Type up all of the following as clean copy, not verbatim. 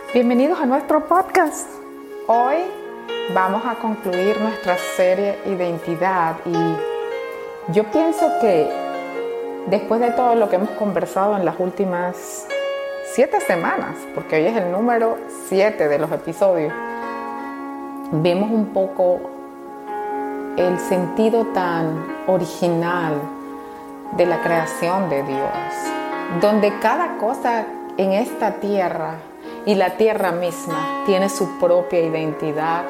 Bienvenidos a nuestro podcast. Hoy vamos a concluir nuestra serie Identidad y yo pienso que después de todo lo que hemos conversado en las últimas 7 semanas, porque hoy es el número 7 de los episodios, vemos un poco el sentido tan original de la creación de Dios, donde cada cosa en esta tierra y la tierra misma tiene su propia identidad.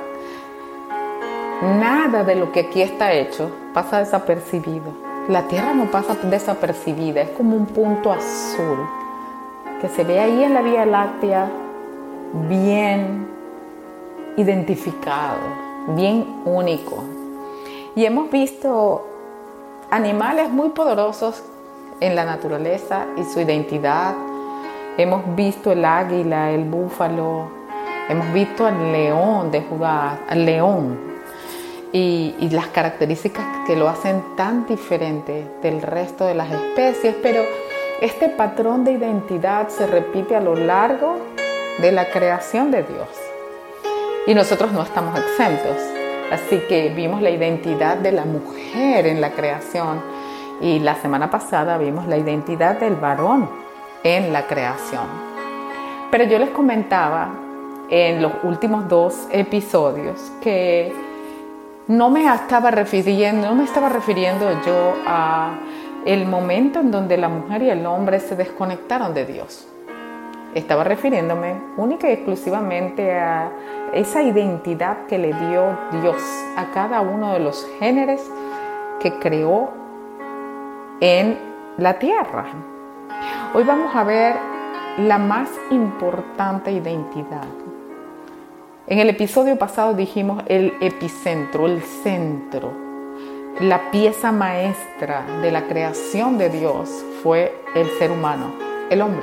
Nada de lo que aquí está hecho pasa desapercibido. La tierra no pasa desapercibida, es como un punto azul que se ve ahí en la Vía Láctea, bien identificado, bien único. Y hemos visto animales muy poderosos en la naturaleza y su identidad. Hemos visto el águila, el búfalo, hemos visto al león de Judá, al león, y las características que lo hacen tan diferente del resto de las especies, pero este patrón de identidad se repite a lo largo de la creación de Dios. Y nosotros no estamos exentos, así que vimos la identidad de la mujer en la creación y la semana pasada vimos la identidad del varón en la creación. Pero yo les comentaba en los últimos 2 episodios que no me estaba refiriendo yo a el momento en donde la mujer y el hombre se desconectaron de Dios. Estaba refiriéndome única y exclusivamente a esa identidad que le dio Dios a cada uno de los géneros que creó en la tierra. Hoy vamos a ver la más importante identidad. En el episodio pasado dijimos el epicentro, el centro, la pieza maestra de la creación de Dios fue el ser humano, el hombre.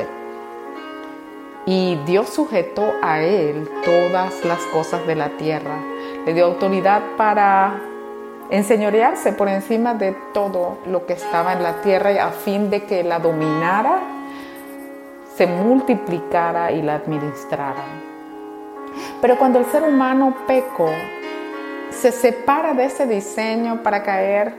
Y Dios sujetó a él todas las cosas de la tierra. Le dio autoridad para enseñorearse por encima de todo lo que estaba en la tierra a fin de que la dominara, se multiplicara y la administrara. Pero cuando el ser humano pecó, se separa de ese diseño para caer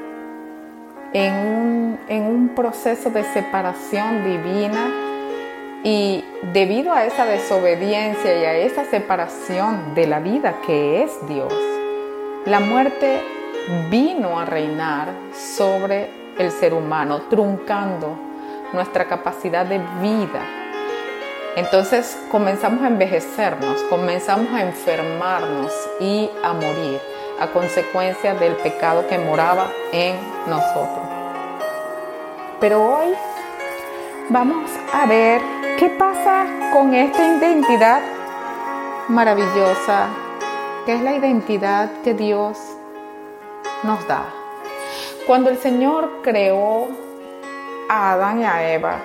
en un proceso de separación divina, y debido a esa desobediencia y a esa separación de la vida que es Dios, la muerte vino a reinar sobre el ser humano, truncando nuestra capacidad de vida. Entonces comenzamos a envejecernos, comenzamos a enfermarnos y a morir a consecuencia del pecado que moraba en nosotros. Pero hoy vamos a ver qué pasa con esta identidad maravillosa, que es la identidad que Dios nos da. Cuando el Señor creó a Adán y a Eva,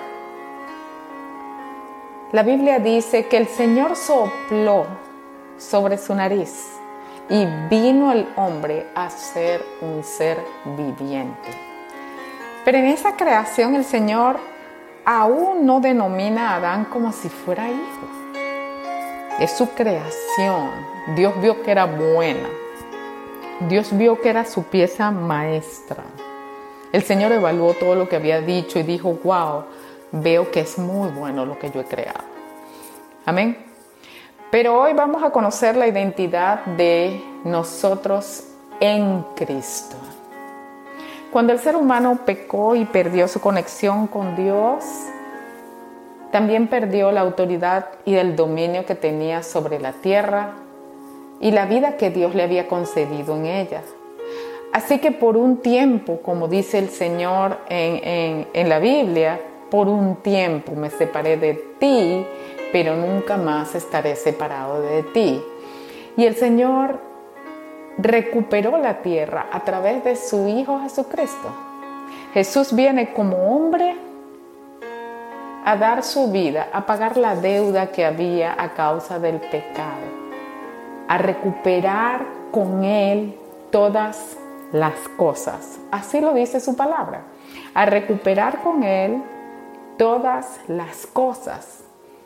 la Biblia dice que el Señor sopló sobre su nariz y vino el hombre a ser un ser viviente. Pero en esa creación el Señor aún no denomina a Adán como si fuera hijo. Es su creación. Dios vio que era buena. Dios vio que era su pieza maestra. El Señor evaluó todo lo que había dicho y dijo, wow, veo que es muy bueno lo que yo he creado. Amén. Pero hoy vamos a conocer la identidad de nosotros en Cristo. Cuando el ser humano pecó y perdió su conexión con Dios, también perdió la autoridad y el dominio que tenía sobre la tierra y la vida que Dios le había concedido en ella. Así que por un tiempo, como dice el Señor en la Biblia, por un tiempo me separé de ti, pero nunca más estaré separado de ti. Y el Señor recuperó la tierra a través de su Hijo Jesucristo. Jesús viene como hombre a dar su vida, a pagar la deuda que había a causa del pecado, a recuperar con Él todas las cosas. Así lo dice su palabra, a recuperar con Él todas las cosas.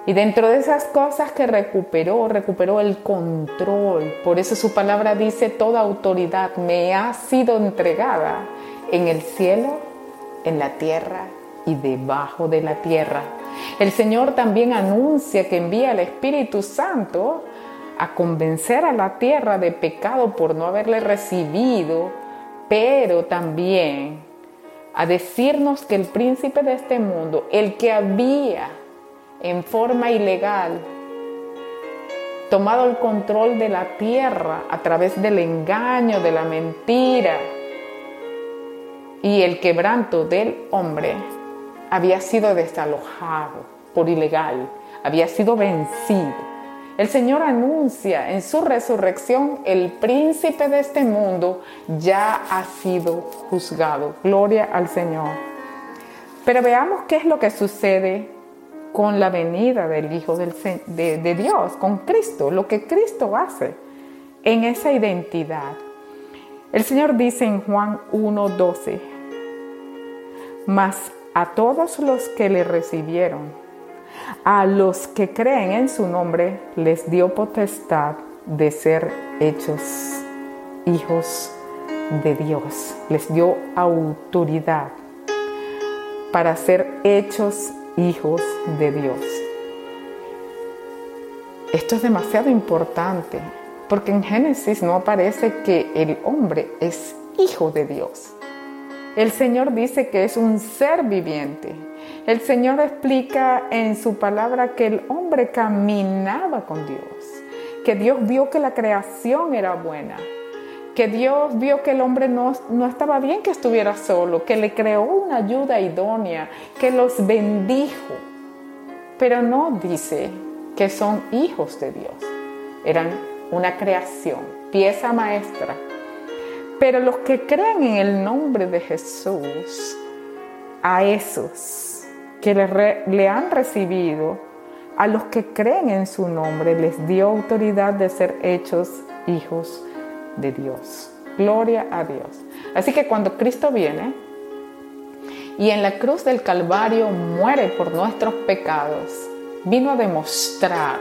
Y dentro de esas cosas que recuperó el control. Por eso su palabra dice: toda autoridad me ha sido entregada en el cielo, en la tierra y debajo de la tierra. El Señor también anuncia que envía al Espíritu Santo a convencer a la tierra de pecado por no haberle recibido, pero también a decirnos que el príncipe de este mundo, el que había en forma ilegal tomado el control de la tierra a través del engaño, de la mentira y el quebranto del hombre, había sido desalojado por ilegal, había sido vencido. El Señor anuncia en su resurrección: el príncipe de este mundo ya ha sido juzgado. Gloria al Señor. Pero veamos qué es lo que sucede con la venida del Hijo de Dios, con Cristo, lo que Cristo hace en esa identidad. El Señor dice en Juan 1:12: mas a todos los que le recibieron, a los que creen en su nombre, les dio potestad de ser hechos hijos de Dios. Les dio autoridad para ser hechos hijos de Dios. Esto es demasiado importante, porque en Génesis no aparece que el hombre es hijo de Dios. El Señor dice que es un ser viviente. El Señor explica en su palabra que el hombre caminaba con Dios, que Dios vio que la creación era buena, que Dios vio que el hombre no estaba bien que estuviera solo, que le creó una ayuda idónea, que los bendijo. Pero no dice que son hijos de Dios. Eran una creación, pieza maestra. Pero los que creen en el nombre de Jesús, a esos que le han recibido, a los que creen en su nombre, les dio autoridad de ser hechos hijos de Dios. Gloria a Dios. Así que cuando Cristo viene y en la cruz del Calvario muere por nuestros pecados, vino a demostrar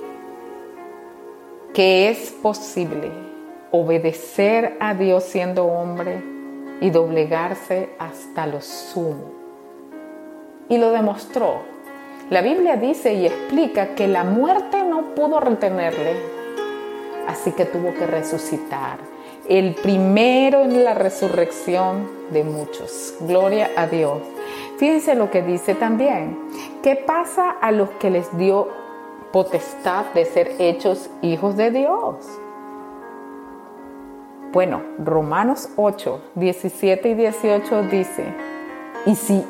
que es posible obedecer a Dios siendo hombre y doblegarse hasta lo sumo. Y lo demostró. La Biblia dice y explica que la muerte no pudo retenerle, así que tuvo que resucitar. El primero en la resurrección de muchos. Gloria a Dios. Fíjense lo que dice también. ¿Qué pasa a los que les dio potestad de ser hechos hijos de Dios? Bueno, Romanos 8, 17 y 18 dice: y si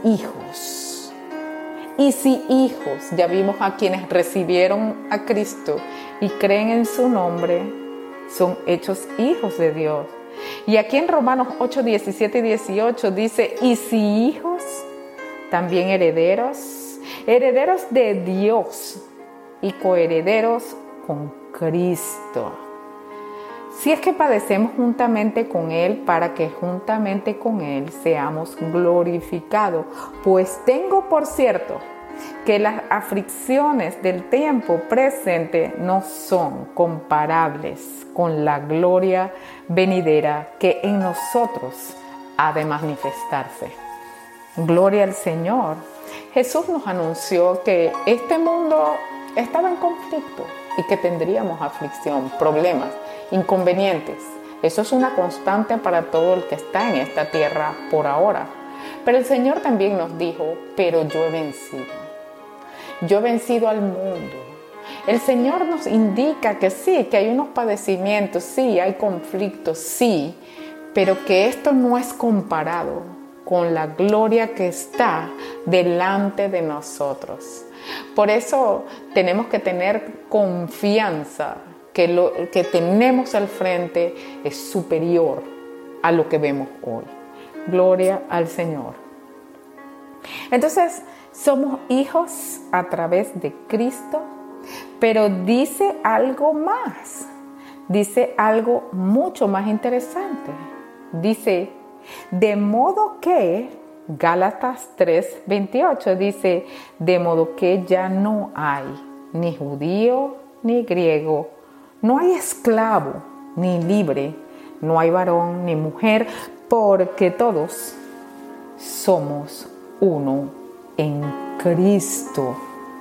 hijos, ya vimos a quienes recibieron a Cristo y creen en su nombre, son hechos hijos de Dios. Y aquí en Romanos 8, 17 y 18 dice: y si hijos, también herederos, herederos de Dios y coherederos con Cristo. Si es que padecemos juntamente con Él, para que juntamente con Él seamos glorificados. Pues tengo por cierto que las aflicciones del tiempo presente no son comparables con la gloria venidera que en nosotros ha de manifestarse. Gloria al Señor. Jesús nos anunció que este mundo estaba en conflicto y que tendríamos aflicción, problemas, inconvenientes. Eso es una constante para todo el que está en esta tierra por ahora. Pero el Señor también nos dijo: pero yo he vencido. Yo he vencido al mundo. El Señor nos indica que sí, que hay unos padecimientos, sí, hay conflictos, sí, pero que esto no es comparado con la gloria que está delante de nosotros. Por eso tenemos que tener confianza que lo que tenemos al frente es superior a lo que vemos hoy. Gloria al Señor. Entonces, somos hijos a través de Cristo, pero dice algo más. Dice algo mucho más interesante. Dice: de modo que Gálatas 3:28 dice, de modo que ya no hay ni judío ni griego, no hay esclavo ni libre, no hay varón ni mujer, porque todos somos uno en Cristo.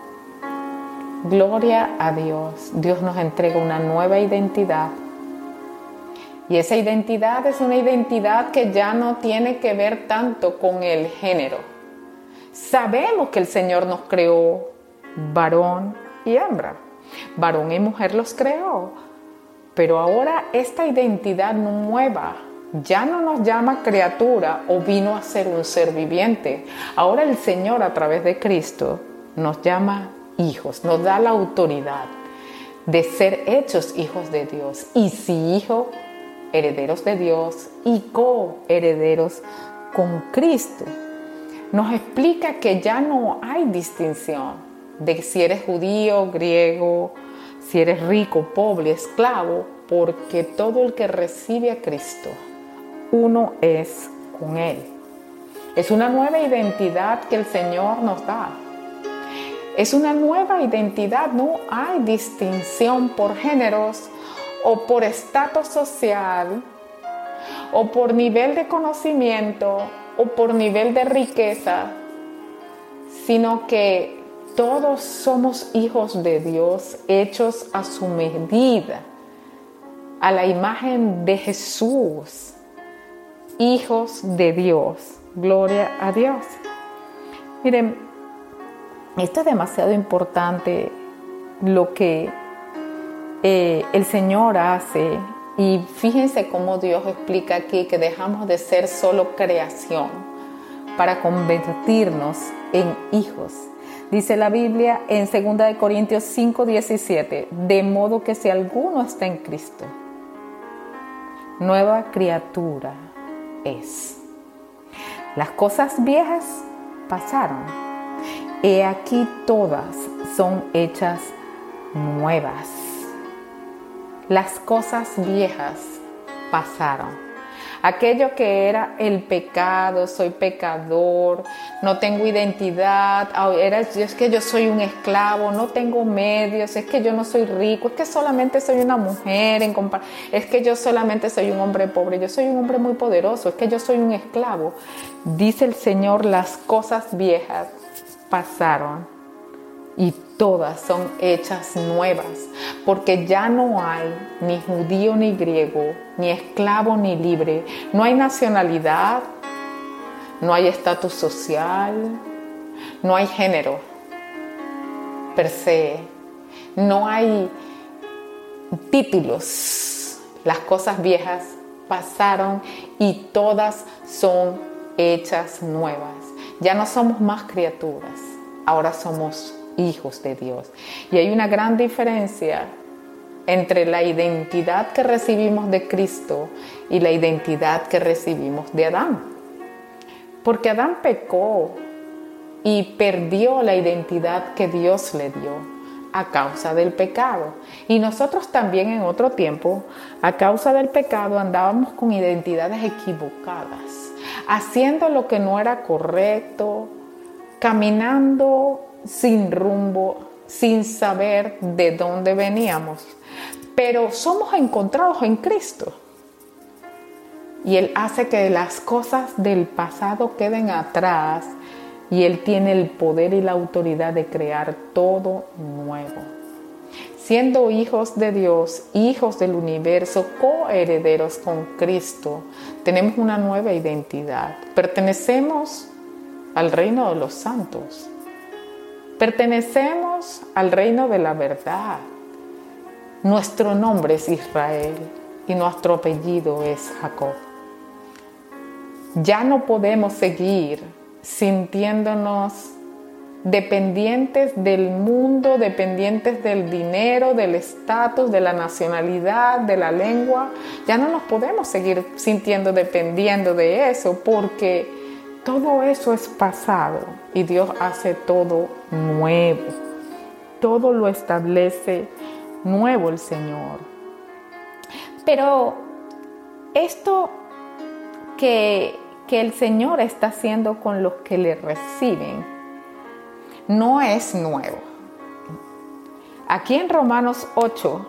Gloria a Dios. Dios nos entrega una nueva identidad. Y esa identidad es una identidad que ya no tiene que ver tanto con el género. Sabemos que el Señor nos creó varón y hembra. Varón y mujer los creó. Pero ahora esta identidad nueva ya no nos llama criatura o vino a ser un ser viviente. Ahora el Señor a través de Cristo nos llama hijos, nos da la autoridad de ser hechos hijos de Dios. Y si hijos, herederos de Dios y coherederos con Cristo. Nos explica que ya no hay distinción de si eres judío, griego, si eres rico, pobre, esclavo, porque todo el que recibe a Cristo, uno es con Él. Es una nueva identidad que el Señor nos da. Es una nueva identidad, no hay distinción por géneros o por estatus social o por nivel de conocimiento o por nivel de riqueza, sino que todos somos hijos de Dios, hechos a su medida, a la imagen de Jesús, hijos de Dios. Gloria a Dios. Miren, esto es demasiado importante lo que el Señor hace, y fíjense cómo Dios explica aquí que dejamos de ser solo creación para convertirnos en hijos. Dice la Biblia en 2 Corintios 5:17, de modo que si alguno está en Cristo, nueva criatura es. Las cosas viejas pasaron, he aquí todas son hechas nuevas. Las cosas viejas pasaron. Aquello que era el pecado, soy pecador, no tengo identidad, es que yo soy un esclavo, no tengo medios, es que yo no soy rico, es que solamente soy una mujer, es que yo solamente soy un hombre pobre, yo soy un hombre muy poderoso, es que yo soy un esclavo. Dice el Señor, las cosas viejas pasaron y todas son hechas nuevas, porque ya no hay ni judío ni griego, ni esclavo ni libre, no hay nacionalidad, no hay estatus social, no hay género per se, no hay títulos. Las cosas viejas pasaron y todas son hechas nuevas. Ya no somos más criaturas, ahora somos hijos de Dios. Y hay una gran diferencia entre la identidad que recibimos de Cristo y la identidad que recibimos de Adán. Porque Adán pecó y perdió la identidad que Dios le dio a causa del pecado. Y nosotros también en otro tiempo, a causa del pecado, andábamos con identidades equivocadas, haciendo lo que no era correcto, caminando sin rumbo, sin saber de dónde veníamos. Pero somos encontrados en Cristo. Y Él hace que las cosas del pasado queden atrás. Y Él tiene el poder y la autoridad de crear todo nuevo. Siendo hijos de Dios, hijos del universo, coherederos con Cristo, tenemos una nueva identidad. Pertenecemos al reino de los santos. Pertenecemos al reino de la verdad. Nuestro nombre es Israel y nuestro apellido es Jacob. Ya no podemos seguir sintiéndonos dependientes del mundo, dependientes del dinero, del estatus, de la nacionalidad, de la lengua. Ya no nos podemos seguir sintiendo dependiendo de eso, porque todo eso es pasado y Dios hace todo nuevo. Todo lo establece nuevo el Señor. Pero esto que que el Señor está haciendo con los que le reciben no es nuevo. Aquí en Romanos 8,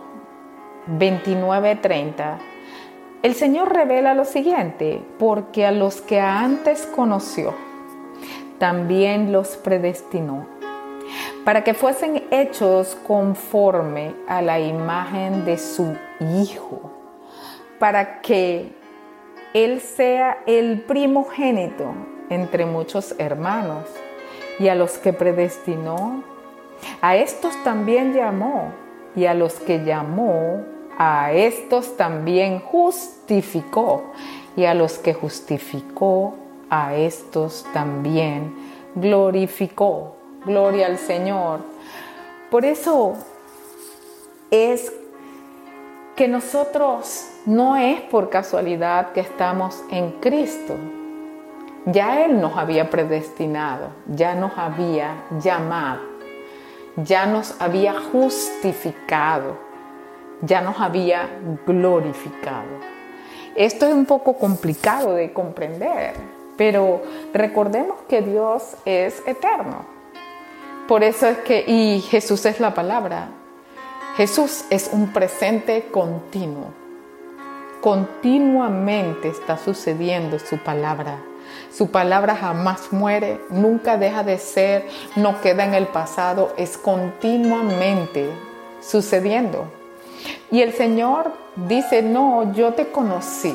29-30, el Señor revela lo siguiente: porque a los que antes conoció, también los predestinó, para que fuesen hechos conforme a la imagen de su Hijo, para que Él sea el primogénito entre muchos hermanos. Y a los que predestinó, a estos también llamó, y a los que llamó, a estos también justificó, y a los que justificó, a estos también glorificó. Gloria al Señor. Por eso es que nosotros no es por casualidad que estamos en Cristo. Ya Él nos había predestinado, ya nos había llamado, ya nos había justificado, ya nos había glorificado. Esto es un poco complicado de comprender, pero recordemos que Dios es eterno. Por eso es que, y Jesús es la palabra, Jesús es un presente continuo. Continuamente está sucediendo su palabra. Su palabra jamás muere, nunca deja de ser, no queda en el pasado, es continuamente sucediendo. Y el Señor dice: no, yo te conocí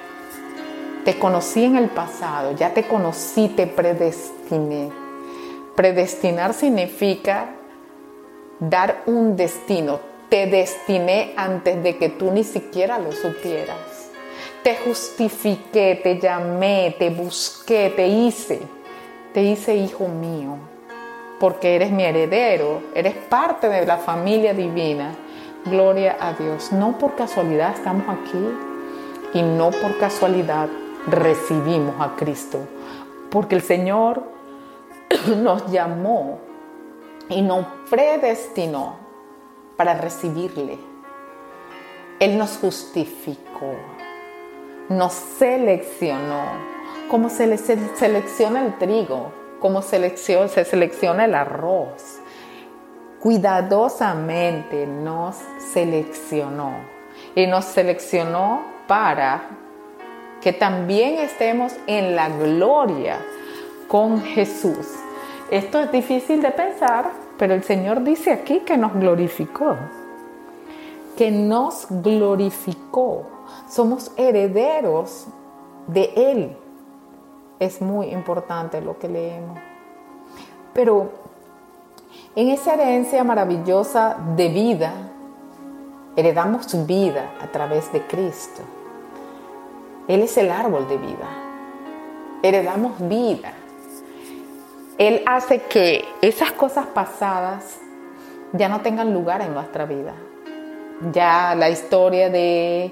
en el pasado, ya te conocí, te predestiné. Predestinar significa dar un destino. Te destiné antes de que tú ni siquiera lo supieras. Te justifiqué, te llamé, te busqué, te hice hijo mío, porque eres mi heredero, eres parte de la familia divina. Gloria a Dios. No por casualidad estamos aquí y no por casualidad recibimos a Cristo, porque el Señor nos llamó y nos predestinó para recibirle. Él nos justificó, nos seleccionó, como se selecciona el trigo, como se selecciona el arroz. Cuidadosamente nos seleccionó y nos seleccionó para que también estemos en la gloria con Jesús. Esto es difícil de pensar, pero el Señor dice aquí que nos glorificó, que nos glorificó. Somos herederos de Él. Es muy importante lo que leemos. Pero en esa herencia maravillosa de vida, heredamos vida a través de Cristo. Él es el árbol de vida. Heredamos vida. Él hace que esas cosas pasadas ya no tengan lugar en nuestra vida. Ya la historia de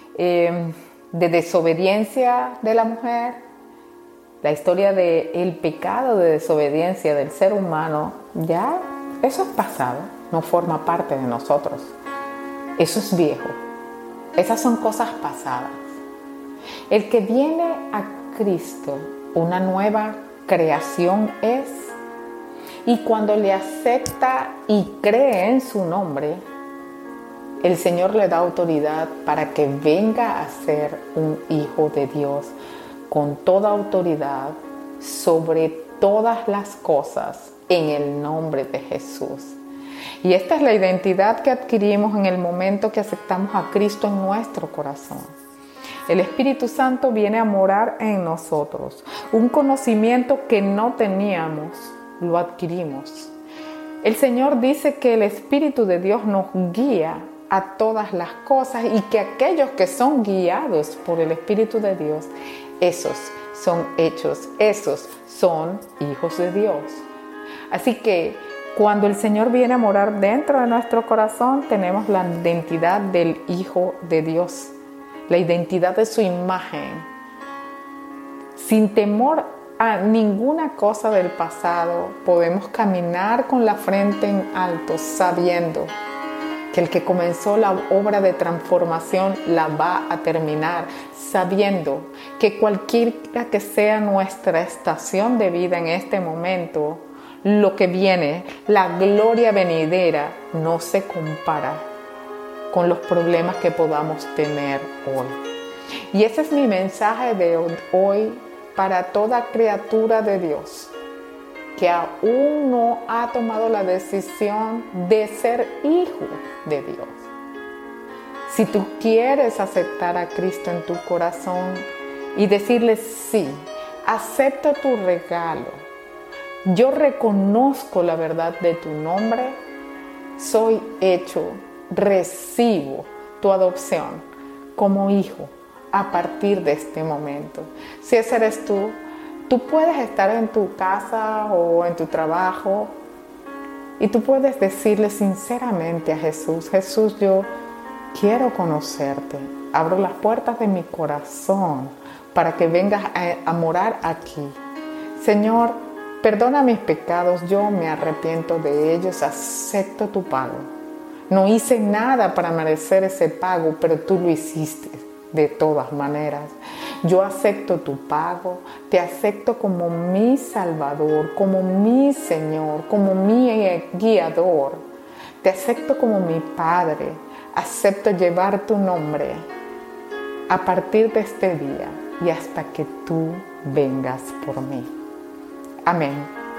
desobediencia de la mujer, la historia del pecado de desobediencia del ser humano, ya eso es pasado, no forma parte de nosotros. Eso es viejo. Esas son cosas pasadas. El que viene a Cristo, una nueva creación es, y cuando le acepta y cree en su nombre, el Señor le da autoridad para que venga a ser un hijo de Dios con toda autoridad sobre todas las cosas en el nombre de Jesús. Y esta es la identidad que adquirimos en el momento que aceptamos a Cristo en nuestro corazón. El Espíritu Santo viene a morar en nosotros. Un conocimiento que no teníamos, lo adquirimos. El Señor dice que el Espíritu de Dios nos guía a todas las cosas y que aquellos que son guiados por el Espíritu de Dios, esos son hechos, esos son hijos de Dios. Así que cuando el Señor viene a morar dentro de nuestro corazón, tenemos la identidad del Hijo de Dios, la identidad de su imagen, sin temor a ninguna cosa del pasado. Podemos caminar con la frente en alto, sabiendo que el que comenzó la obra de transformación la va a terminar, sabiendo que cualquiera que sea nuestra estación de vida en este momento, lo que viene, la gloria venidera, no se compara con los problemas que podamos tener hoy. Y ese es mi mensaje de hoy para toda criatura de Dios que aún no ha tomado la decisión de ser hijo de Dios. Si tú quieres aceptar a Cristo en tu corazón y decirle sí, acepto tu regalo, yo reconozco la verdad de tu nombre, soy hecho, recibo tu adopción como hijo a partir de este momento. Si ese eres tú, tú puedes estar en tu casa o en tu trabajo y tú puedes decirle sinceramente a Jesús: Jesús, yo quiero conocerte. Abro las puertas de mi corazón para que vengas a morar aquí. Señor, perdona mis pecados, yo me arrepiento de ellos, acepto tu pago. No hice nada para merecer ese pago, pero tú lo hiciste de todas maneras. Yo acepto tu pago, te acepto como mi Salvador, como mi Señor, como mi guiador. Te acepto como mi Padre. Acepto llevar tu nombre a partir de este día y hasta que tú vengas por mí. Amén.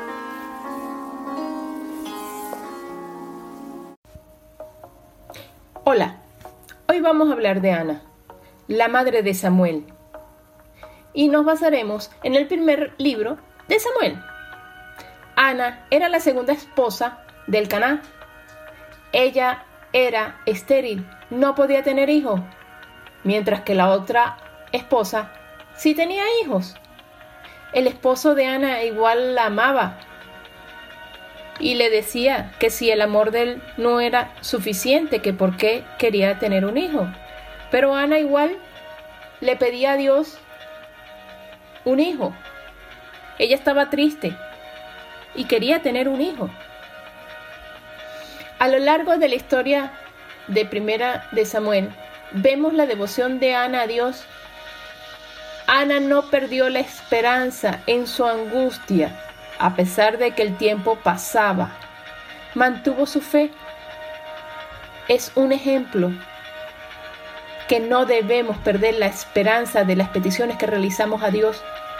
Hola, hoy vamos a hablar de Ana, la madre de Samuel, y nos basaremos en el primer libro de Samuel. Ana era la segunda esposa del Elcaná. Ella era estéril, no podía tener hijos, mientras que la otra esposa sí tenía hijos. El esposo de Ana igual la amaba y le decía que si el amor de él no era suficiente, que por qué quería tener un hijo. Pero Ana igual le pedía a Dios un hijo. Ella estaba triste y quería tener un hijo. A lo largo de la historia de Primera de Samuel, vemos la devoción de Ana a Dios. Ana no perdió la esperanza en su angustia, a pesar de que el tiempo pasaba. Mantuvo su fe. Es un ejemplo que no debemos perder la esperanza de las peticiones que realizamos a Dios.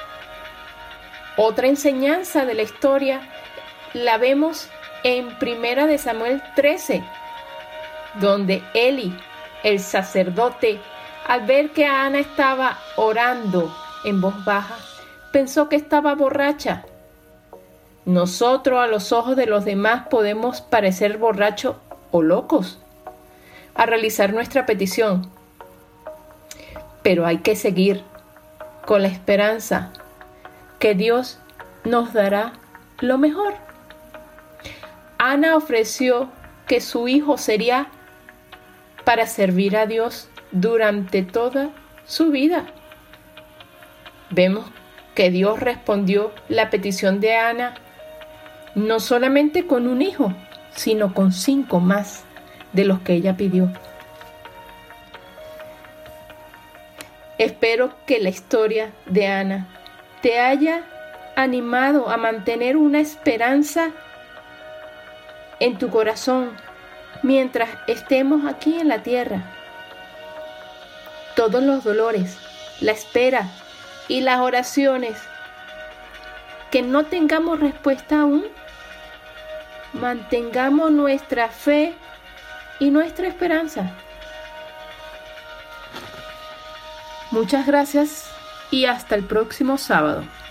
Otra enseñanza de la historia la vemos en Primera de Samuel 13, donde Eli, el sacerdote, al ver que Ana estaba orando en voz baja, pensó que estaba borracha. Nosotros, a los ojos de los demás, podemos parecer borrachos o locos al realizar nuestra petición, pero hay que seguir con la esperanza que Dios nos dará lo mejor. Ana ofreció que su hijo sería para servir a Dios durante toda su vida. Vemos que Dios respondió la petición de Ana no solamente con un hijo, sino con 5 más de los que ella pidió. Espero que la historia de Ana te haya animado a mantener una esperanza en tu corazón mientras estemos aquí en la tierra. Todos los dolores, la espera y las oraciones que no tengamos respuesta aún, mantengamos nuestra fe y nuestra esperanza. Muchas gracias y hasta el próximo sábado.